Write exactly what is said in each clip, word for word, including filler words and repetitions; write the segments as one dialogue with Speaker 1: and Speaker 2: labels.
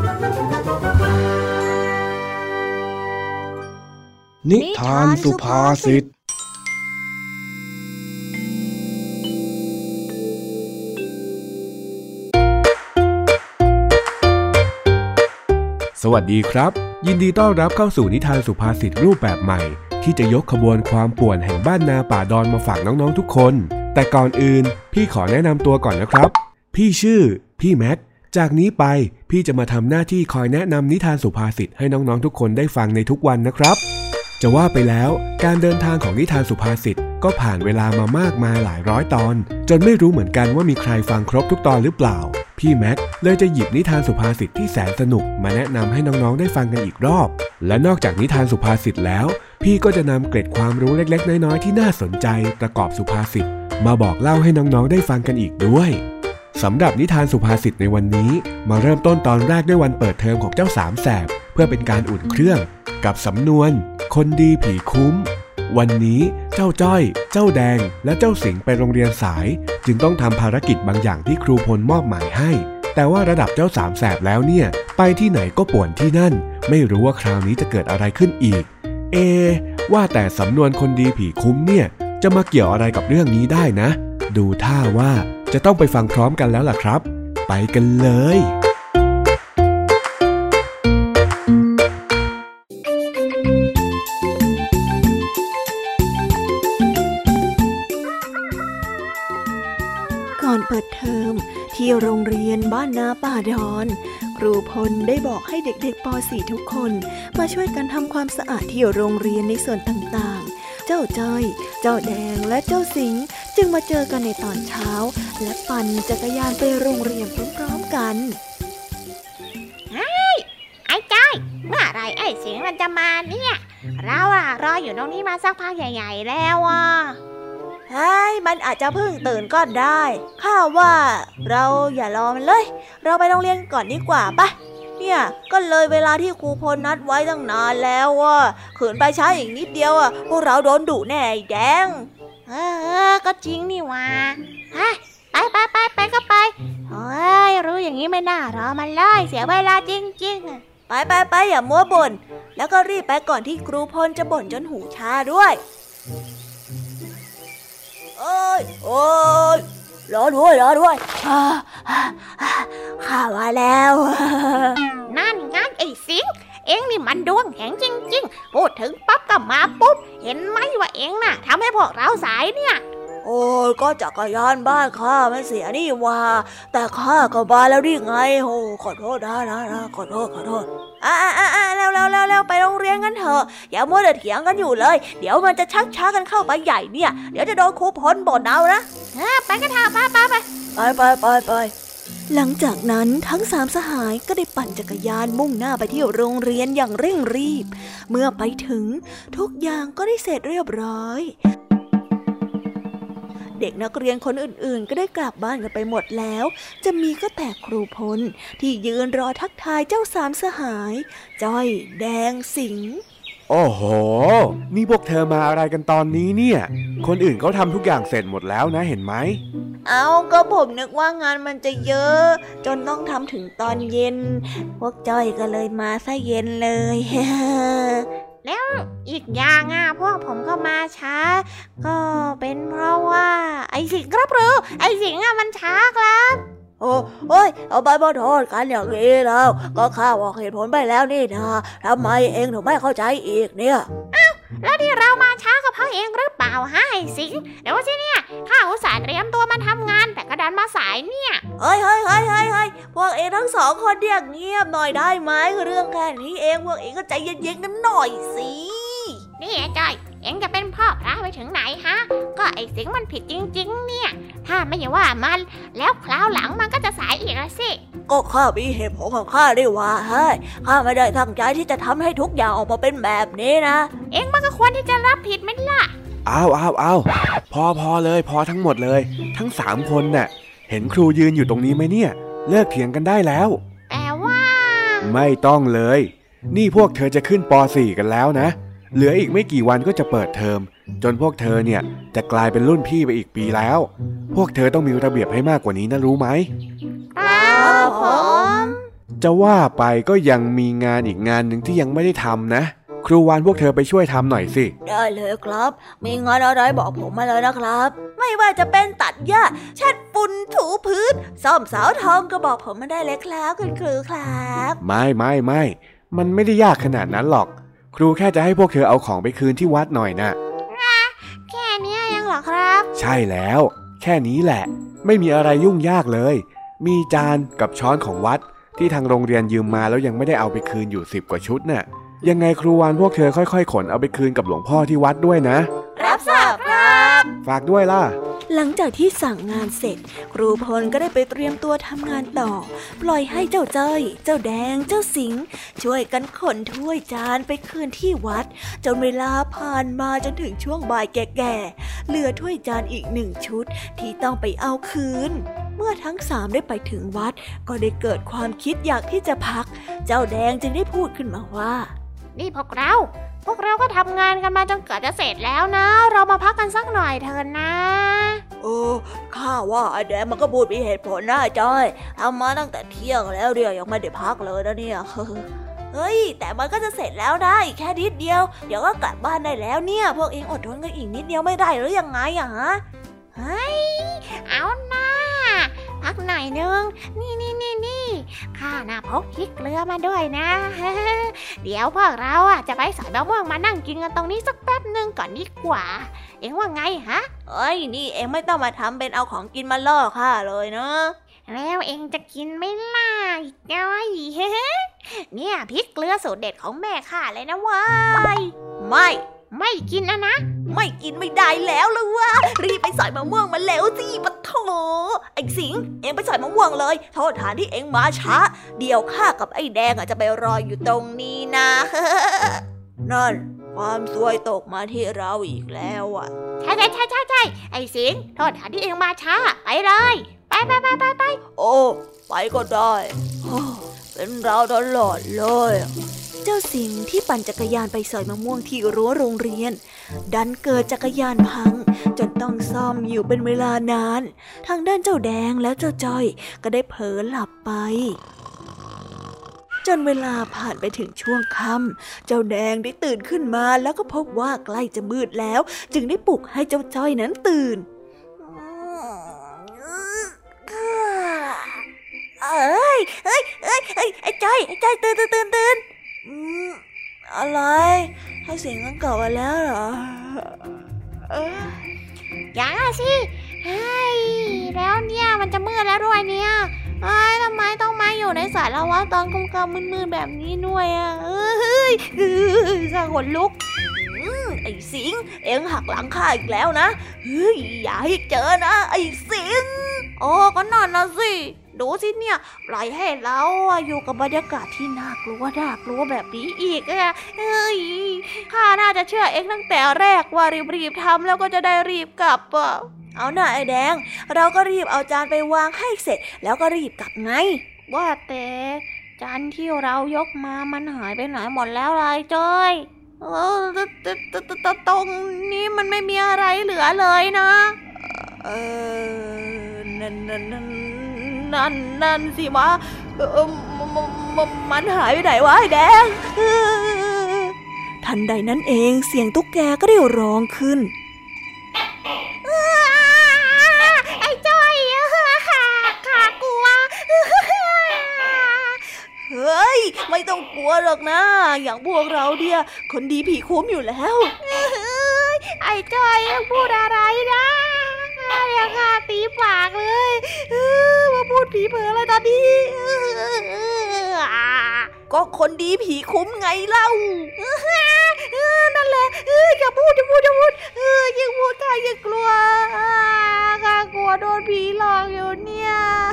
Speaker 1: นิทานสุภาษิตสวัสดีครับยินดีต้อนรับเข้าสู่นิทานสุภาษิตรูปแบบใหม่ที่จะยกขบวนความป่วนแห่งบ้านนาป่าดอนมาฝากน้องๆทุกคนแต่ก่อนอื่นพี่ขอแนะนำตัวก่อนนะครับพี่ชื่อพี่แม็กจากนี้ไปพี่จะมาทำหน้าที่คอยแนะนำนิทานสุภาษิตให้น้องๆทุกคนได้ฟังในทุกวันนะครับจะว่าไปแล้วการเดินทางของนิทานสุภาษิตก็ผ่านเวลามามากมายหลายร้อยตอนจนไม่รู้เหมือนกันว่ามีใครฟังครบทุกตอนหรือเปล่าพี่แม็กเลยจะหยิบนิทานสุภาษิตที่แสนสนุกมาแนะนำให้น้องๆได้ฟังกันอีกรอบและนอกจากนิทานสุภาษิตแล้วพี่ก็จะนำเกร็ดความรู้เล็กๆน้อยๆที่น่าสนใจประกอบสุภาษิตมาบอกเล่าให้น้องๆได้ฟังกันอีกด้วยสำหรับนิทานสุภาษิตในวันนี้มาเริ่มต้นตอนแรกด้วยวันเปิดเทอมของเจ้าสามแสบเพื่อเป็นการอุ่นเครื่องกับสำนวนคนดีผีคุ้มวันนี้เจ้าจ้อยเจ้าแดงและเจ้าสิงห์ไปโรงเรียนสายจึงต้องทำภารกิจบางอย่างที่ครูพลมอบหมายให้แต่ว่าระดับเจ้าสามแสบแล้วเนี่ยไปที่ไหนก็ป่วนที่นั่นไม่รู้ว่าคราวนี้จะเกิดอะไรขึ้นอีกเอว่าแต่สำนวนคนดีผีคุ้มเนี่ยจะมาเกี่ยวอะไรกับเรื่องนี้ได้นะดูท่าว่าจะต้องไปฟังพร้อมกันแล้วล่ะครับไปกันเลย
Speaker 2: ก่อนเปิดเทอมที่โรงเรียนบ้านนาป่าดอนครูพลได้บอกให้เด็กๆป .สี่ ทุกคนมาช่วยกันทำความสะอาดที่โรงเรียนในส่วนต่างๆเจ้าจ้อยเจ้าแดงและเจ้าสิงห์จึงมาเจอกันในตอนเช้าและปั่นจักรยานไปโรงเรียนพร้อมๆกัน
Speaker 3: ไอ้ไอ้จ้อยเมื่อไรไอ้สิงห์มันจะมาเนี่ยเราอะรออยู่ตรงนี้มาสักพักใหญ่ๆแล้วอ่ะ
Speaker 2: เฮ้ยมันอาจจะเพิ่งตื่นก็ได้ข้าว่าเราอย่ารอมันเลยเราไปโรงเรียนก่อนดีกว่าปะเนี่ยก็เลยเวลาที่ครูพลนัดไว้ตั้งนานแล้วอ่ะขืนไปช้าอีกนิดเดียวอ่ะพวกเราโดนดุแน่ไอ้แดง
Speaker 3: เออก็จริงนี่ว่าฮะไปไปไปไปก็ไปเฮ้ยรู้อย่างนี้ไม่น่ารอมันเลยเสียเวลาจริงๆ
Speaker 2: ไปไปไปอย่ามัวบ่นแล้วก็รีบไปก่อนที่ครูพลจะบ่นจนหูชาด้วยโอ้ยโอ้ยรอด้วยรอด้วยข้ามาแล้ว
Speaker 3: นั่นงั้นไอ้สิงห์เอ็งนี่มันดวงแข็งจริงๆพูดถึงปั๊บก็มาปุ๊บเห็นไหมว่าเอ็งน่ะทำให้พวกเราสายเนี่ย
Speaker 2: โอ้ยก็จักรยานบ้านข้ามันเสียนี่ว่าแต่ข้าก็มาแล้วนี่ไงโอ้ขอโทษนะนะนะขอโทษขอโทษอ่าอ่าอ่าเร็วเร็วเร็วเร็วไปโรงเรียนกันเถอะอย่ามัวแต่เถียงกันอยู่เลยเดี๋ยวมันจะชักช้ากันเข้าไปใหญ่เนี่ยเดี๋ยวจะโดนครูพลบ่นเอานะ
Speaker 3: ไปกันเถอะไปไปไป
Speaker 2: ไปไปไปไปหลังจากนั้นทั้งสามสหายก็ได้ปั่นจักรยานมุ่งหน้าไปที่โรงเรียนอย่างเร่งรีบเมื่อไปถึงทุกอย่างก็ได้เสร็จเรียบร้อยเด็กนักเรียนคนอื่นๆก็ได้กลับบ้านกันไปหมดแล้วจะมีก็แต่ครูพลที่ยืนรอทักทายเจ้าสามสหายจ้อยแดงสิงห์
Speaker 1: โอ้โหนี่พวกเธอมาอะไรกันตอนนี้เนี่ยคนอื่นเขาทำทุกอย่างเสร็จหมดแล้วนะเห็นไหม
Speaker 2: เอาก็ผมนึกว่างานมันจะเยอะจนต้องทำถึงตอนเย็นพวกจ้อยก็เลยมาซะเย็นเลย
Speaker 3: แล้วอีกอย่างอ่ะพวกผมก็มาช้าก็เป็นเพราะว่าไอ้สิงห์ครับหรือไอ้สิงห์อ่ะมันช้าครับ
Speaker 2: โอ้โอ้ยเอาไปบ่โทษกันอย่างนี้แล้วก็ข้าบอกเหตุผลไปแล้วนี่นะทำไมเองถึงไม่เข้าใจอีกเนี่ย
Speaker 3: อ้าวแล้วที่เรามาช้าก็เพราะเองหรือเปล่าฮะไอ้สิงห์เดี๋ยวสิเนี่ยข้าอุตส่าห์เตรียมตัวมาทำงานแต่ก็ดันมาสายเนี่ย
Speaker 2: เฮ้ยเฮ้ยเฮ้ยเฮ้ยเฮ้ยพวกเองทั้งสองคนเรียกเงียบหน่อยได้ไหมเรื่องแค่นี้เองพวกเองก็ใจเย็นๆกันหน่อยสิ
Speaker 3: นี่ไอ้จ้อยเอ็งจะเป็นพ่อพระไปถึงไหนฮะก็ไอ้สิงห์มันผิดจริงๆเนี่ยถ้าไม่อย่าว่ามันแล้วคราวหลังมันก็จะสายอีกละสิ
Speaker 2: ก็ข้ามีเหตุผลของข้าได้ว่าเฮ้ยข้าไม่ได้ตั้งใจที่จะทำให้ทุกอย่างออกมาเป็นแบบนี้นะ
Speaker 3: เอ็งมันก็ควรที่จะรับผิดไหมล่ะ
Speaker 1: อ้าวอ้าวอ้าวพอพอเลยพอทั้งหมดเลยทั้งสามคนน่ะเห็นครูยืนอยู่ตรงนี้ไหมเนี่ยเลิกเถียงกันได้แล้ว
Speaker 3: แต่ว่า
Speaker 1: ไม่ต้องเลยนี่พวกเธอจะขึ้นป .สี่ กันแล้วนะเหลืออีกไม่กี่วันก็จะเปิดเทอมจนพวกเธอเนี่ยจะกลายเป็นรุ่นพี่ไปอีกปีแล้วพวกเธอต้องมีระเบียบให้มากกว่านี้นะรู้ไหม
Speaker 3: ครับผม
Speaker 1: จะว่าไปก็ยังมีงานอีกงานหนึ่งที่ยังไม่ได้ทำนะครูวานพวกเธอไปช่วยทำหน่อยสิ
Speaker 2: ได้เลยครับมีงานอะไรบอกผมมาเลยนะครับไม่ว่าจะเป็นตัดหญ้าเช็ดฝุ่นถูพื้นซ่อมเสาทองก็บอกผมมาได้เลยครับคุณครูครับ
Speaker 1: ไม่ไม่ไม่มันไม่ได้ยากขนาดนั้นหรอกครูแค่จะให้พวกเธอเอาของไปคืนที่วัดหน่อยนะ
Speaker 3: แค่นี้เองเหรอครับ
Speaker 1: ใช่แล้วแค่นี้แหละไม่มีอะไรยุ่งยากเลยมีจานกับช้อนของวัดที่ทางโรงเรียนยืมมาแล้วยังไม่ได้เอาไปคืนอยู่สิบกว่าชุดน่ะยังไงครูวานพวกเธอค่อยๆขนเอาไปคืนกับหลวงพ่อที่วัดด้วยนะ
Speaker 2: รับทราบครับ
Speaker 1: ฝากด้วยล่ะ
Speaker 2: หลังจากที่สั่งงานเสร็จครูพลก็ได้ไปเตรียมตัวทำงานต่อปล่อยให้เจ้าจ้อยเจ้าแดงเจ้าสิงห์ช่วยกันขนถ้วยจานไปคืนที่วัดจนเวลาผ่านมาจนถึงช่วงบ่ายแก่ๆเหลือถ้วยจานอีกหนึ่งชุดที่ต้องไปเอาคืนเมื่อทั้งสามได้ไปถึงวัดก็ได้เกิดความคิดอยากที่จะพักเจ้าแดงจึงได้พูดขึ้นมาว่า
Speaker 3: นี่พวกเราพวกเราก็ทำงานกันมาจนเกือบจะเสร็จแล้วนะเรามาพักกันสักหน่อยเถอะนะ
Speaker 2: เออข้าว่าไอ้แดงมันก็พูดมีเหตุผลนะจ้อยทำมาตั้งแต่เที่ยงแล้วเดี๋ยวยังไม่ได้พักเลยนะเนี่ยเฮ้ยแต่มันก็จะเสร็จแล้วได้แค่นิดเดียวเดี๋ยวก็กลับบ้านได้แล้วเนี่ยพวกเองอดทนกันอีกนิดเดียวไม่ได้หรือยังไงอะฮะ
Speaker 3: เฮ้ยเอานะพักหน่อยนึงนี่นี่นี่นี่ข้าน่ะพกพริกเกลือมาด้วยนะเดี๋ยวพวกเราอ่ะจะไปสอยมะม่วงมานั่งกินกันตรงนี้สักแป๊บนึงก่อนดีกว่าเอ็งว่าไงฮะ
Speaker 2: เอ้ยนี่เอ็งไม่ต้องมาทำเป็นเอาของกินมาล่อข้าเลยเนาะ
Speaker 3: แล้วเอ็งจะกินไม่ล่ะจ้อยเนี่ยพริกเกลือสูตรเด็ดของแม่ข้าเลยนะเว้ย
Speaker 2: ไม่
Speaker 3: ไม่กินนะนะ
Speaker 2: ไม่กินไม่ได้แล้วเลยวะรีบไปสอยมะม่วงมาแล้วสิปะโถไอ้สิงเอ็งไปสอยมะม่วงเลยโทษฐานที่เอ็งมาช้าเดี๋ยวข้ากับไอ้แดงอ่ะจะไปรออยู่ตรงนี้นะนั่นความซวยตกมาที่เราอีกแล้วอ่ะ
Speaker 3: ใช่ใช่ใช่ใช่ใช่ไอ้สิงโทษฐานที่เอ็งมาช้าไปเลยไปไปไปไปไป
Speaker 2: โอ้ไปก็ได้เป็นเราตลอดเลยเจ้าสิงห์ที่ปั่นจักรยานไปสอยมะม่วงที่รั้วโรงเรียนดันเกิดจักรยานพังจนต้องซ่อมอยู่เป็นเวลานานทางด้านเจ้าแดงและเจ้าจ้อยก็ได้เผลอหลับไปจนเวลาผ่านไปถึงช่วงค่ำเจ้าแดงได้ตื่นขึ้นมาแล้วก็พบว่าใกล้จะมืดแล้วจึงได้ปลุกให้เจ้าจ้อยนั้นตื่นเอ้ยเอ้ยเอ้ยเอ้ยไอ้จ้อยไอ้จ้อยตื่นตื่นตื่นตื่นอืมอะไรให้เสียงกันเก่ามาแล้วเหรอ
Speaker 3: เออยังสิเฮ้ยแล้วเนี่ยมันจะมืดแล้วด้วยเนี่ยเอ้ยทำไมต้องมาอยู่ในสายละวะตอนกลางคืนมืดๆแบบนี้ด้วยอ่ะเอ้ยสะขนลุก
Speaker 2: ไอ้สิงเอ็งหักหลังข้าอีกแล้วนะเฮ้ยอย่าให้เจอนะไอ้สิง
Speaker 3: โอ้ก็นอนนะสิดูสิเนี่ยปล่อยให้เราอยู่กับบรรยากาศที่น่ากลัวน่ากลัวแบบนี้อีกอ่ะเฮ้ยข้าน่าจะเชื่อเอ็งตั้งแต่แรกว่ารีบๆทำแล้วก็จะได้รีบกลับอ่ะ
Speaker 2: เอาหน่าไอ้แดงเราก็รีบเอาจานไปวางให้เสร็จแล้วก็รีบกลับไง
Speaker 3: ว่าแต่จานที่เรายกมามันหายไปไหนหมดแล้วล่ะจ้อยเออตรงนี้มันไม่มีอะไรเหลือเลยนะ
Speaker 2: เออนั่นนั่นนั่นนั่นนั่นสิวะมันหายไปไหนวะไอ้แดงทันใดนั้นเองเสียงตุ๊กแกก็ได้ร้องขึ้น
Speaker 3: ไอ้จ้อยข้ากลัว
Speaker 2: เฮ้ยไม่ต้องกลัวหรอกนะอย่างพวกเราเนี่ยคนดีผีคุ้มอยู่แล้ว
Speaker 3: ไอ้จ้อยพูดอะไรนะเดี๋ยวข้าตีปากเลยมาพูดผีเผลออะไรตอนนี้
Speaker 2: ก็คนดีผีคุ้มไงเล่า
Speaker 3: นั่นแหละอย่าพูดอย่าพูดอย่าพูดยิ่งพูดข้ายิ่งกลัวข้ากลัวโดนผีหลอกอยู่เนี่ย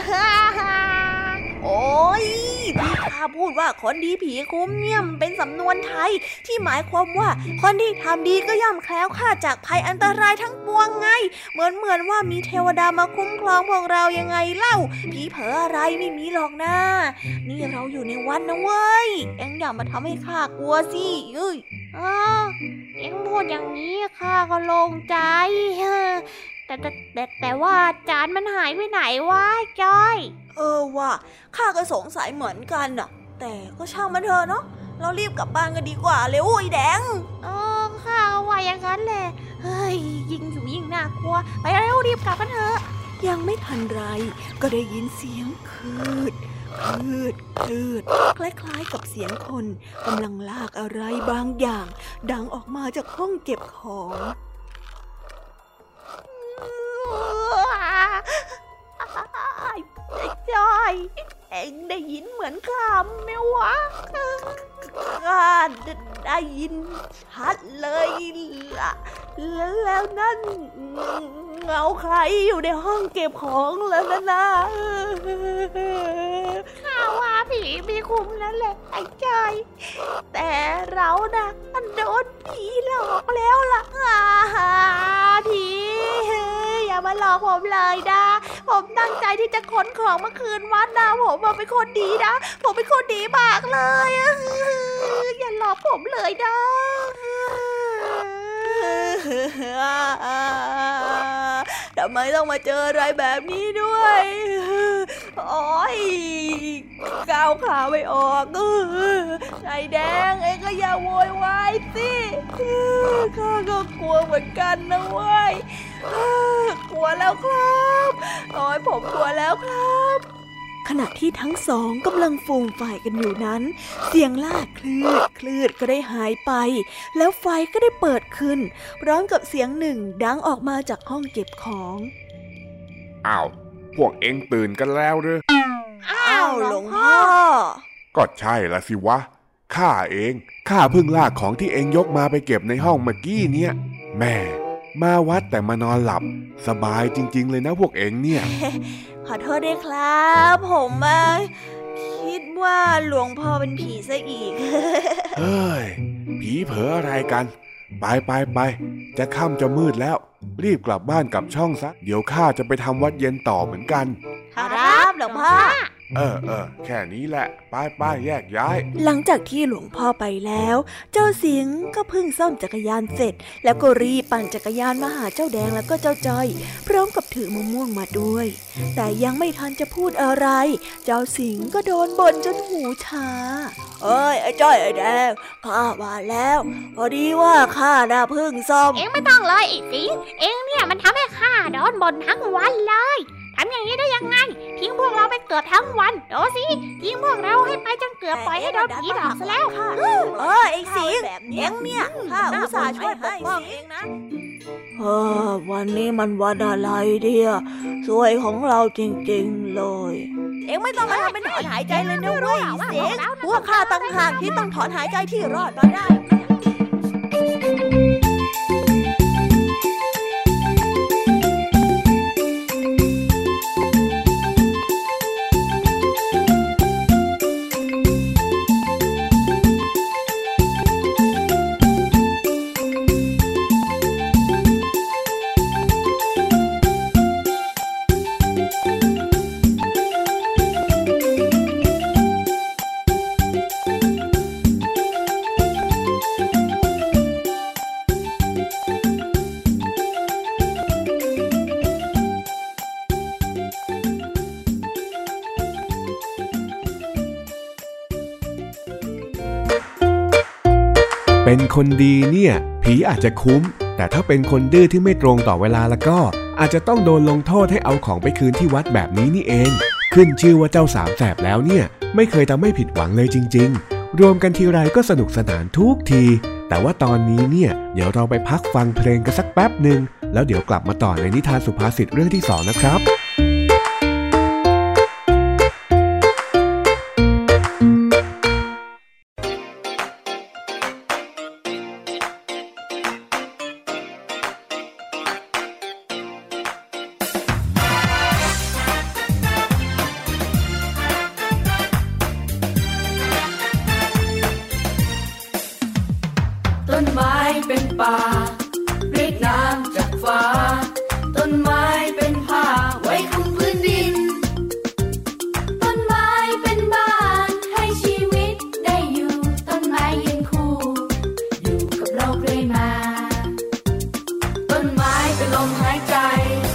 Speaker 2: โอ้ยที่ข้าพูดว่าคนดีผีคุ้มเนี่ยมันเป็นสำนวนไทยที่หมายความว่าคนที่ทำดีก็ย่อมแคล้วคลาดจากภัยอันตรายทั้งปวงไงเหมือนเหมือนว่ามีเทวดามาคุ้มครองพวกเรายังไงเล่าผีเผลออะไรไม่มีหรอกนะนี่เราอยู่ในวัดนะเว้ยเอ็งอย่ามาทำให้ข้ากลัวสิเอ้ย
Speaker 3: อ๋อเอ็งพูดอย่างนี้ข้าก็โล่งใจแแต่แต่แต่แต่ว่าจานมันหายไปไหนวะจอย
Speaker 2: เออว่ะข้าก็สงสัยเหมือนกันน่ะแต่ก็ช่างมันเถอะเนาะเรารีบกลับบ้านกันดีกว่าเร็วไอ้แดง
Speaker 3: เออข้าว่าอย่างนั้นแหละเฮ้ยยิ่งอยู่ยิ่งน่ากลัวไปเร็วรีบกลับกันเถอะ
Speaker 2: ยังไม่ทันไรก็ได้ยินเสียงคืดคืดคืดคล้ายๆกับเสียงคนกำลังลากอะไรบางอย่างดังออกมาจากห้องเก็บของ
Speaker 3: ไอ้จอยเอ็งได้ยินเหมือนข้าไหมวะข้าได้ยินชัดเลยล่ะแล้วนั่นเงาใครอยู่ในห้องเก็บของแล้วนะนะข้าว่าผีมีคุมนั่นแหละไอ้จอยแต่เรานะโดนผีหลอกแล้วล่ะผีอย่ามาหลอกผมเลยนะผมตั้งใจที่จะขนของมาคืนวัดนะผมเป็นคนดีนะผมเป็นคนดีมากเลยอย่าหลอกผมเลยนะทำไมต้องมาเจออะไรแบบนี้ด้วยโอ๊ยก้าวขาไม่ออกไอ้แดงเอ็งก็อย่าโวยวายสิข้าก็กลัวเหมือนกันนะเว้ยกลัวแล้วครับโอ๊ยผมกลัวแล้วครับ
Speaker 2: ขณะที่ทั้งสองกำลังฟูมไฟกันอยู่นั้นเสียงลากคลืดคลืดก็ได้หายไปแล้วไฟก็ได้เปิดขึ้นพร้อมกับเสียงหนึ่งดังออกมาจากห้องเก็บของ
Speaker 1: อ้าวพวกเอ็งตื่นกันแล้วหรือ
Speaker 2: อ้าวหลวงพ่อ
Speaker 1: ก็ใช่ละสิวะข้าเองข้าเพิ่งลากของที่เอ็งยกมาไปเก็บในห้องเมื่อกี้เนี่ยแม่มาวัดแต่มานอนหลับสบายจริงๆเลยนะพวกเอ็งเนี่ย
Speaker 2: ขอโทษด้วยครับผมมาคิดว่าหลวงพ่อเป็นผีซะอีก
Speaker 1: เฮ้ยผีเผลออะไรกันไปไปไปจะค่ำจะมืดแล้วรีบกลับบ้านกลับช่องซะเดี๋ยวข้าจะไปทำวัดเย็นต่อเหมือนกัน
Speaker 2: ครับหลวงพ่อ
Speaker 1: เออเออแค่นี้แหละไปไปแยกย้าย
Speaker 2: หลังจากที่หลวงพ่อไปแล้วเจ้าสิงห์ก็เพิ่งซ่อมจักรยานเสร็จแล้วก็รีบปั่นจักรยานมาหาเจ้าแดงแล้วก็เจ้าจ้อยพร้อมกับถือมะม่วงมาด้วยแต่ยังไม่ทันจะพูดอะไรเจ้าสิงห์ก็โดนบ่นจนหูชาเอ้ยไอ้จ้อยไอ้แดงข้าว่าแล้วพอดีว่าข้าน่ะเพิ่งซ่อม
Speaker 3: เอ็งไม่ต้องเลยไอ้สิงห์เอ็งเนี่ยมันทำให้ข้าโดนบ่นทั้งวันเลยทำอย่างนี้ได้ยังไงทิ้งพวกเราไปเกือบทั้งวันดูสิทิ้งพวกเราให้ไปจนเกือบปล่อยให้โดนผีหลอกซะแล้ว
Speaker 2: เออไอ้สิงห์เอ็งเนี่ยข้าอุตส่าห์ช่วยปกป้องเองนะเออวันนี้มันวันอะไรเดียสวยของเราจริงๆเลยเอ็งไม่ต้องมาทำเป็นถอนหายใจเลยนะเว้ยสิงห์พวกข้าต่างหากที่ต้องถอนหายใจที่รอดมาได้
Speaker 1: เป็นคนดีเนี่ยผีอาจจะคุ้มแต่ถ้าเป็นคนดื้อที่ไม่ตรงต่อเวลาแล้วก็อาจจะต้องโดนลงโทษให้เอาของไปคืนที่วัดแบบนี้นี่เองขึ้นชื่อว่าเจ้าสามแสบแล้วเนี่ยไม่เคยทำให้ผิดหวังเลยจริงๆรวมกันทีไรก็สนุกสนานทุกทีแต่ว่าตอนนี้เนี่ยเดี๋ยวเราไปพักฟังเพลงกันสักแป๊บหนึ่งแล้วเดี๋ยวกลับมาต่อในนิทานสุภาษิตเรื่องที่สองนะครับ
Speaker 4: ลมหายใจ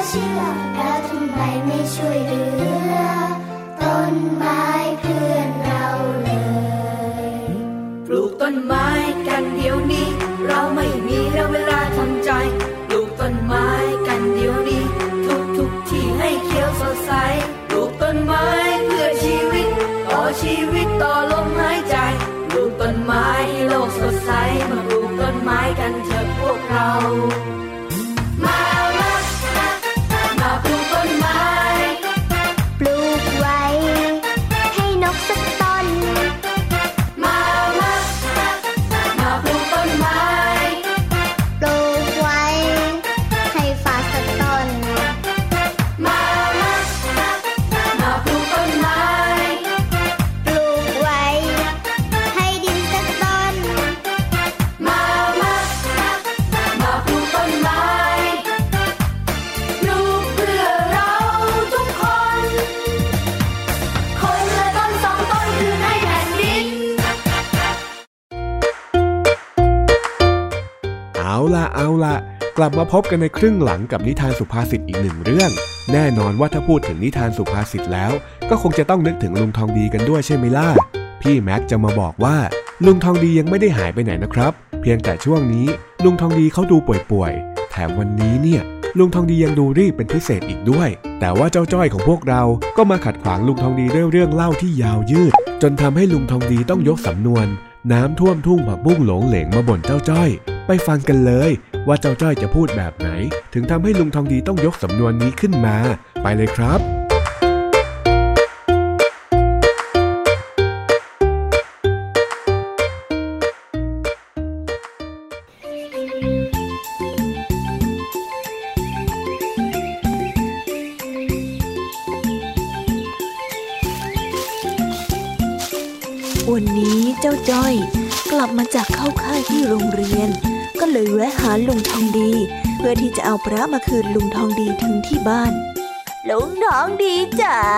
Speaker 4: เชื่อเราทำไมไม่ช่วยเหลือต้นไม้เพื่อนเราเลย
Speaker 5: ปลูกต้นไม้กันเดี๋ยวนี้เราไม่มีเวลาทำใจปลูกต้นไม้กันเดี๋ยวนี้ทุกทุกที่ให้เขียวสดใสปลูกต้นไม้เพื่อชีวิตต่อชีวิตต่อลมหายใจปลูกต้นไม้ให้โลกสดใสมาปลูกต้นไม้กันเถอะพวกเรามามามาปลูกต้นไม้
Speaker 4: ปลูกไว้ให้นกสักต้น
Speaker 5: มามามาปลูกต้นไม้
Speaker 4: ปลูกไว้ให้ฟ้าสักต้น
Speaker 5: มามามาปลูกต้นไม้
Speaker 4: ปลูกไว้ให้ดินสักต้น
Speaker 5: มามามาปลูกต้นไม้ปลูกเพื่อเราทุกคนคนละต้นสองต้นคือให้แผ่นดิน
Speaker 1: เอาล่ะเอาล่ะกลับมาพบกันในครึ่งหลังกับนิทานสุภาษิตอีกหนึ่งเรื่องแน่นอนว่าถ้าพูดถึงนิทานสุภาษิตแล้วก็คงจะต้องนึกถึงลุงทองดีกันด้วยใช่ไหมล่ะพี่แม็กจะมาบอกว่าลุงทองดียังไม่ได้หายไปไหนนะครับเพียงแต่ช่วงนี้ลุงทองดีเขาดูป่วยๆแถมวันนี้เนี่ยลุงทองดียังดูรีบเป็นพิเศษอีกด้วยแต่ว่าเจ้าจ้อยของพวกเราก็มาขัดขวางลุงทองดีด้วยเรื่องเล่าที่ยาวยืดจนทำให้ลุงทองดีต้องยกสำนวนน้ำท่วมทุ่งผักบุ้งหลงเหลงมาบ่นเจ้าจ้อยไปฟังกันเลยว่าเจ้าจ้อยจะพูดแบบไหนถึงทำให้ลุงทองดีต้องยกสำนวนนี้ขึ้นมาไปเลยครับ
Speaker 2: วันนี้เจ้าจ้อยกลับมาจากเข้าค่ายที่โรงเรียนก็เลยแวะหาลุงทองดีเพื่อที่จะเอาพระมาคืนลุงทองดีถึงที่บ้านลุงทองดีจ๋า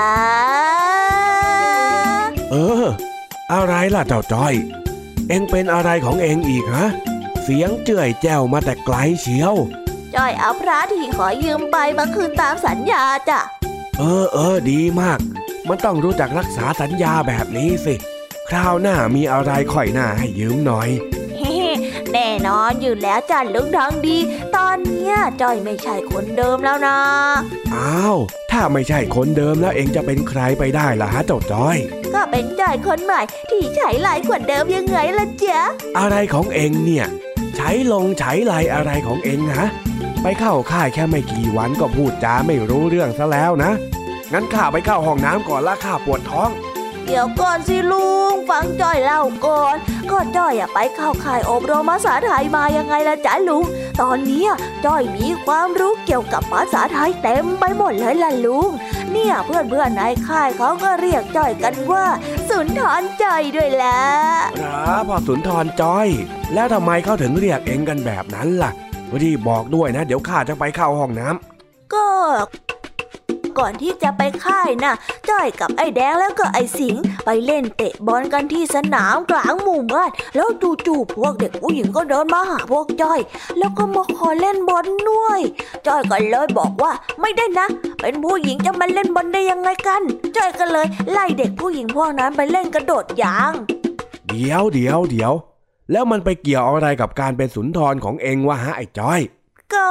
Speaker 1: เอออะไรล่ะเจ้าจ้อยเอ็งเป็นอะไรของเอ็งอีกฮะเสียงเจ้ยแจ้วมาแต่ไกลเชียว
Speaker 2: จ้อยเอาพระที่ขอยืมไปมาคืนตามสัญญาจ้ะ
Speaker 1: เออเออดีมากมันต้องรู้จักรักษาสัญญาแบบนี้สิคราวหน้ามีอะไรค่อยหน้าให้ยืมหน่อย
Speaker 2: เฮ้แน่นอนอยู่แล้วจ้ะลุงทองดีตอนเนี้ยจ้อยไม่ใช่คนเดิมแล้วนะ
Speaker 1: อ้าวถ้าไม่ใช่คนเดิมแล้วเอ็งจะเป็นใครไปได้ล่ะฮะเจ้าจ้อย
Speaker 2: ก็เป็นจ้อยคนใหม่ที่ใช้ไลกว่าเดิมยังไงล่ะจ๊ะ
Speaker 1: อะไรของเอ็งเนี่ยใช้ลงใช้ไลอะไรของเอ็งฮะไปเข้าค่ายแค่ไม่กี่วันก็พูดจาไม่รู้เรื่องซะแล้วนะงั้นข้าไปเข้าห้องน้ำก่อนละข้าปวดท้อง
Speaker 2: เดี๋ยวก่อนสิลุงฟังจ้อยเล่าก่อนก็จ้อยอะไปเข้าค่ายอบรมภาษาไทยมายังไงล่ะจ๊ะลุงตอนนี้จ้อยมีความรู้เกี่ยวกับภาษาไทยเต็มไปหมดเลยล่ะลุงเนี่ยเพื่อนๆในค่ายเขาก็เรียกจ้อยกันว่าสุนทรจ้อยด้วยแหละ
Speaker 1: ครับพ่อสุนทรจ้อยแล้วทำไมเขาถึงเรียกเองกันแบบนั้นล่ะรีบบอกด้วยนะเดี๋ยวข้าจะไปเข้าห้องน้
Speaker 2: ำก็ก่อนที่จะไปค่ายน่ะจ้อยกับไอ้แดงแล้วก็ไอ้สิงไปเล่นเตะบอลกันที่สนามกลางหมู่บ้านแล้วจู่ๆพวกเด็กผู้หญิงก็เดินมาหาพวกจ้อยแล้วก็มาขอเล่นบอลด้วยจ้อยก็เลยบอกว่าไม่ได้นะเป็นผู้หญิงจะมาเล่นบอลได้ยังไงกันจ้อยก็เลยไล่เด็กผู้หญิงพวกนั้นไปเล่นกระโดดยาง
Speaker 1: เดี๋ยวเดี๋ยวเดี๋ยวแล้วมันไปเกี่ยวอะไรกับการเป็นสุนทรของเองวะฮะไอ้จ้อย
Speaker 2: ก็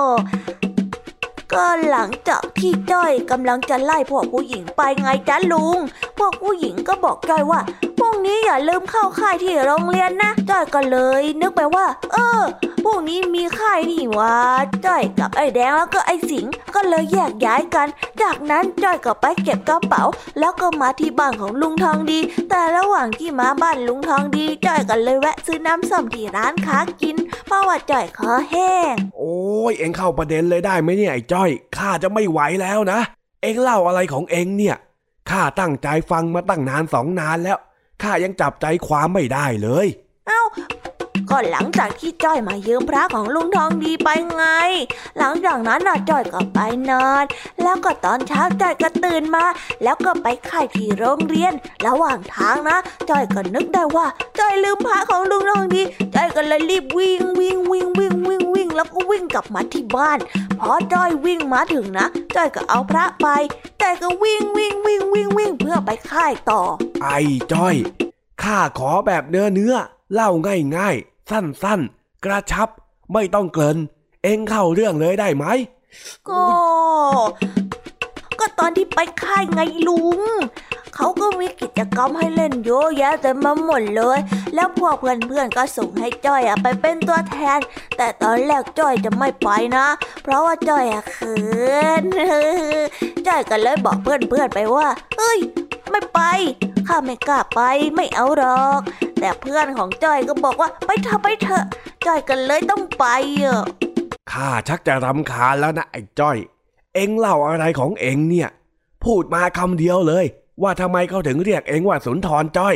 Speaker 2: ก็หลังจากที่จ้อยกำลังจะไล่พวกผู้หญิงไปไงจ๊ะลุงพวกผู้หญิงก็บอกจ้อยว่าพรุ่งนี้อย่าลืมเข้าค่ายที่โรงเรียนนะจ้อยก็เลยนึกไปว่าเออพรุ่งนี้มีค่ายนี่วะจ้อยกับไอ้แดงแล้วก็ไอ้สิงก็เลยแยกย้ายกันจากนั้นจ้อยก็ไปเก็บกระเป๋าแล้วก็มาที่บ้านของลุงทองดีแต่ระหว่างที่มาบ้านลุงทองดีจ้อยก็เลยแวะซื้อน้ำส้มที่ร้านค้ากินเพราะว่าจ้อยคอแห้ง
Speaker 1: โอ้ยเอ็งเข้าประเด็นเลยได้ไหมเนี่ยไอ้จ้อยข้าจะไม่ไหวแล้วนะเอ็งเล่าอะไรของเอ็งเนี่ยข้าตั้งใจฟังมาตั้งนานสองนานแล้วข้ายังจับใจความไม่ได้เลย
Speaker 2: เอ้าก็หลังจากที่จ้อยมายืมพระของลุงทองดีไปไงหลังจากนั้นน่ะจ้อยก็ไปนอนแล้วก็ตอนเช้าจ้อยก็ตื่นมาแล้วก็ไปค่ายที่โรงเรียนระหว่างทางนะจ้อยก็นึกได้ว่าจ้อยลืมพระของลุงทองดีจ้อยก็เลยรีบวิ่งวิ่งวิ่งวิ่งวิ่งวิ่งแล้วก็วิ่งกลับมาที่บ้านพอจ้อยวิ่งมาถึงนะจ้อยก็เอาพระไปจ้อยก็วิ่งวิ่งวิ่งวิ่งวิ่งเพื่อไปค่ายต่อ
Speaker 1: ไอ้จ้อยข้าขอแบบเนื้อเนื้อเล่าง่ายๆสั้นๆกระชับไม่ต้องเกินเอ็งเข้าเรื่องเลยได้ไหม
Speaker 2: ก็ก็ตอนที่ไปค่ายไงลุงเขาก็มีกิจกรรมให้เล่นเยอะแยะเต็มไปหมดเลยแล้วพวกเพื่อนๆก็ส่งให้จ้อยอะไปเป็นตัวแทนแต่ตอนแรกจ้อยจะไม่ไปนะเพราะว่าจ้อยอะเขินจ้อยก็เลยบอกเพื่อนๆไปว่าเอ้ยไม่ไปข้าไม่กล้าไปไม่เอาหรอกแต่เพื่อนของจ้อยก็บอกว่าไปเถอะไปเถอะจ้อยก็เลยต้องไปอ่ะ
Speaker 1: ข้าชักจะรำคาญแล้วนะไอ้จ้อยเอ็งเล่าอะไรของเอ็งเนี่ยพูดมาคำเดียวเลยว่าทำไมเขาถึงเรียกเอ็งว่าสุนทรจ้อย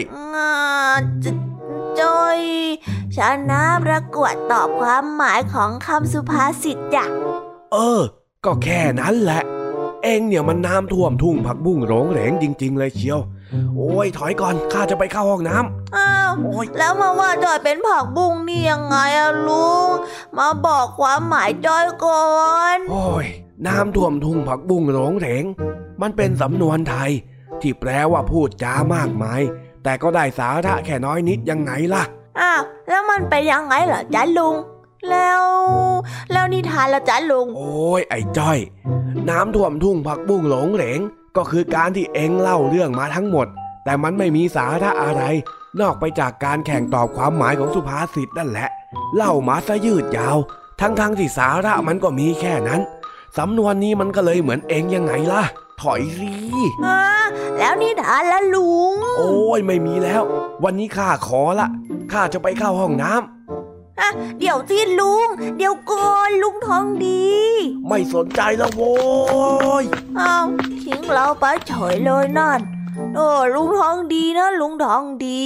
Speaker 2: จ้อยชนะประกวดตอบความหมายของคำสุภาษิตจ้ะ
Speaker 1: เออก็แค่นั้นแหละเอ็งเนี่ยมันน้ำท่วมทุ่งผักบุ้งโรงเหรงจริงๆเลยเชียวโอ้ยถอยก่อนข้าจะไปเข้าห้องน้
Speaker 2: ำอ้าวแล้วมาว่าจ้อยเป็นผักบุ้งนี่ยังไงอะลุงมาบอกความหมายจ้อยก่อน
Speaker 1: โอ้ยน้ำท่วมทุ่งผักบุ้งโรงเหรงมันเป็นสำนวนไทยที่แปลว่าพูดจามากมายแต่ก็ได้สาระแค่น้อยนิดยังไงล่ะ
Speaker 2: อ้าวแล้วมันเป็นยังไงเหรอจ๊ะลุงแล้วแล้วนิทานละจ๊ะลุง
Speaker 1: โอ้ยไอ้จ้อยน้ำท่วมทุ่งผักบุ้งโรงเหรงก็คือการที่เอ็งเล่าเรื่องมาทั้งหมดแต่มันไม่มีสาระอะไรนอกไปจากการแข่งตอบความหมายของสุภาษิตนั่นแหละเล่ามาซะยืดยาวทั้งๆที่สาระมันก็มีแค่นั้นสำนวนนี้มันก็เลยเหมือนเอ็งยังไงล่ะถอยสิ
Speaker 2: ฮะแล้วนิทานละลุง
Speaker 1: โอ้ยไม่มีแล้ววันนี้ข้าขอละข้าจะไปเข้าห้องน้
Speaker 2: ำอ่ะเดี๋ยวสิลุงเดี๋ยวก่อนลุงทองดี
Speaker 1: ไม่สนใจแล้วโว้ย
Speaker 2: อ้าวทิ้งเราไปเฉยเลยนั่นโอ้ลุงทองดีนะลุงทองดี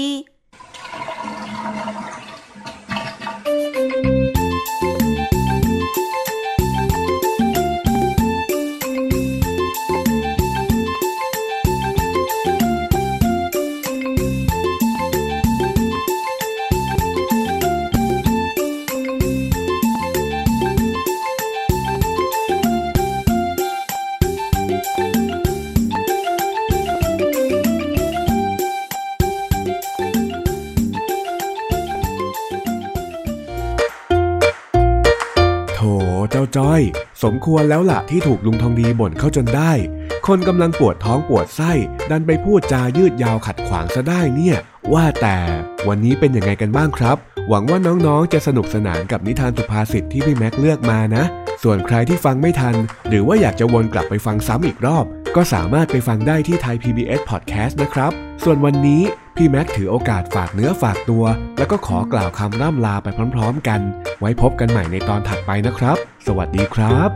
Speaker 1: เจ้าจ้อยสมควรแล้วล่ะที่ถูกลุงทองดีบ่นเข้าจนได้คนกำลังปวดท้องปวดไส้ดันไปพูดจายืดยาวขัดขวางซะได้เนี่ยว่าแต่วันนี้เป็นยังไงกันบ้างครับหวังว่าน้องๆจะสนุกสนานกับนิทานสุภาษิตที่พี่แม็กเลือกมานะส่วนใครที่ฟังไม่ทันหรือว่าอยากจะวนกลับไปฟังซ้ำอีกรอบก็สามารถไปฟังได้ที่ Thai พี บี เอส Podcast นะครับส่วนวันนี้พี่แม็กถือโอกาสฝากเนื้อฝากตัวแล้วก็ขอกล่าวคำร่ำลาไปพร้อมๆกันไว้พบกันใหม่ในตอนถัดไปนะครับสวัสดีครับ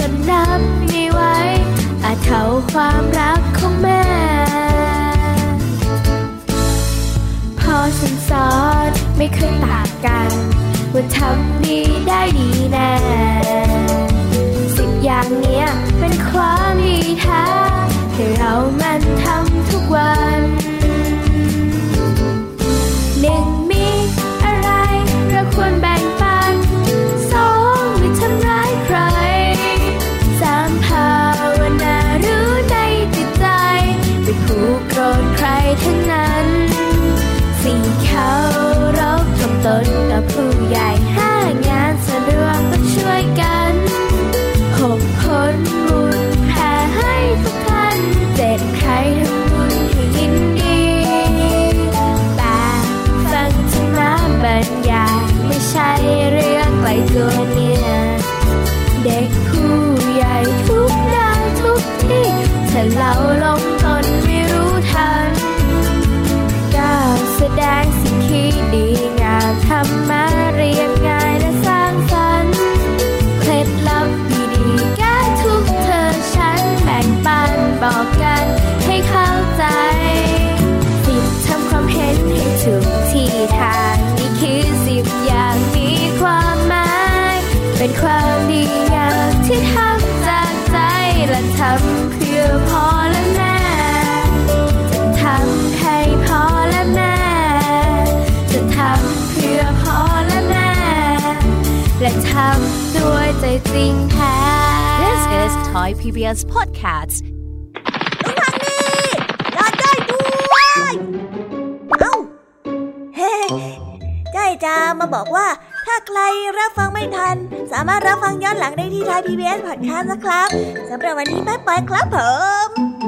Speaker 6: ความรักของแม่ฉันสอนไม่เคยต่างกันว่าทำดีได้ดีแน่สิบอย่างเนี้ยเป็นความดีแท้ให้เรามันทำทุกวันหนึ่งมีอะไรเราควรแบ่งปันสองไม่ทำร้ายใครสามภาวนารู้ในจิตใจไม่ผูกโกรธใครทั้งนั้นสี่เคารพถ่อมตนต่อผู้ใหญ่ห้างานสะดวกต้องช่วยกันหกผลบุญแผ่ให้ทุกท่านเจ็ดใครทำบุญให้ยินดีแปดฟังธรรมะบรรยายไม่ใช่เรื่องไกลตัวเนี่ยเด็กผู้ใหญ่ทุกด้านทุกที่ถ้าเราลงตนไม่รู้ทันก้าวแสดงสิ่งที่ดีงามธรรมะเรียบง่ายและสร้างสรรค์เคล็ดลับดีๆแก้ทุกเธอฉันแบ่งปันบอกกันให้เข้าใจสิบทำความเห็นให้ถูกที่ทางนี่คือสิบอย่างมีความหมายเป็นความดีงามที่ทำจากใจและทำเพื่อพ่อและแม่จะทำให้พ่อและแม่จะทำเพื่อพ่อและแม่และทำด้วยใจจริงแท้
Speaker 7: This is Thai พี บี เอส Podcast
Speaker 8: ลุงทางนี้รอได้ด้วยเอ้าเฮ้จ้อยจามาบอกว่าถ้าใครรับฟังไม่ทันสามารถรับฟังย้อนหลังได้ที่ Thai พี บี เอส Podcast นะครับสำหรับวันนี้บ๊ายบายครับผม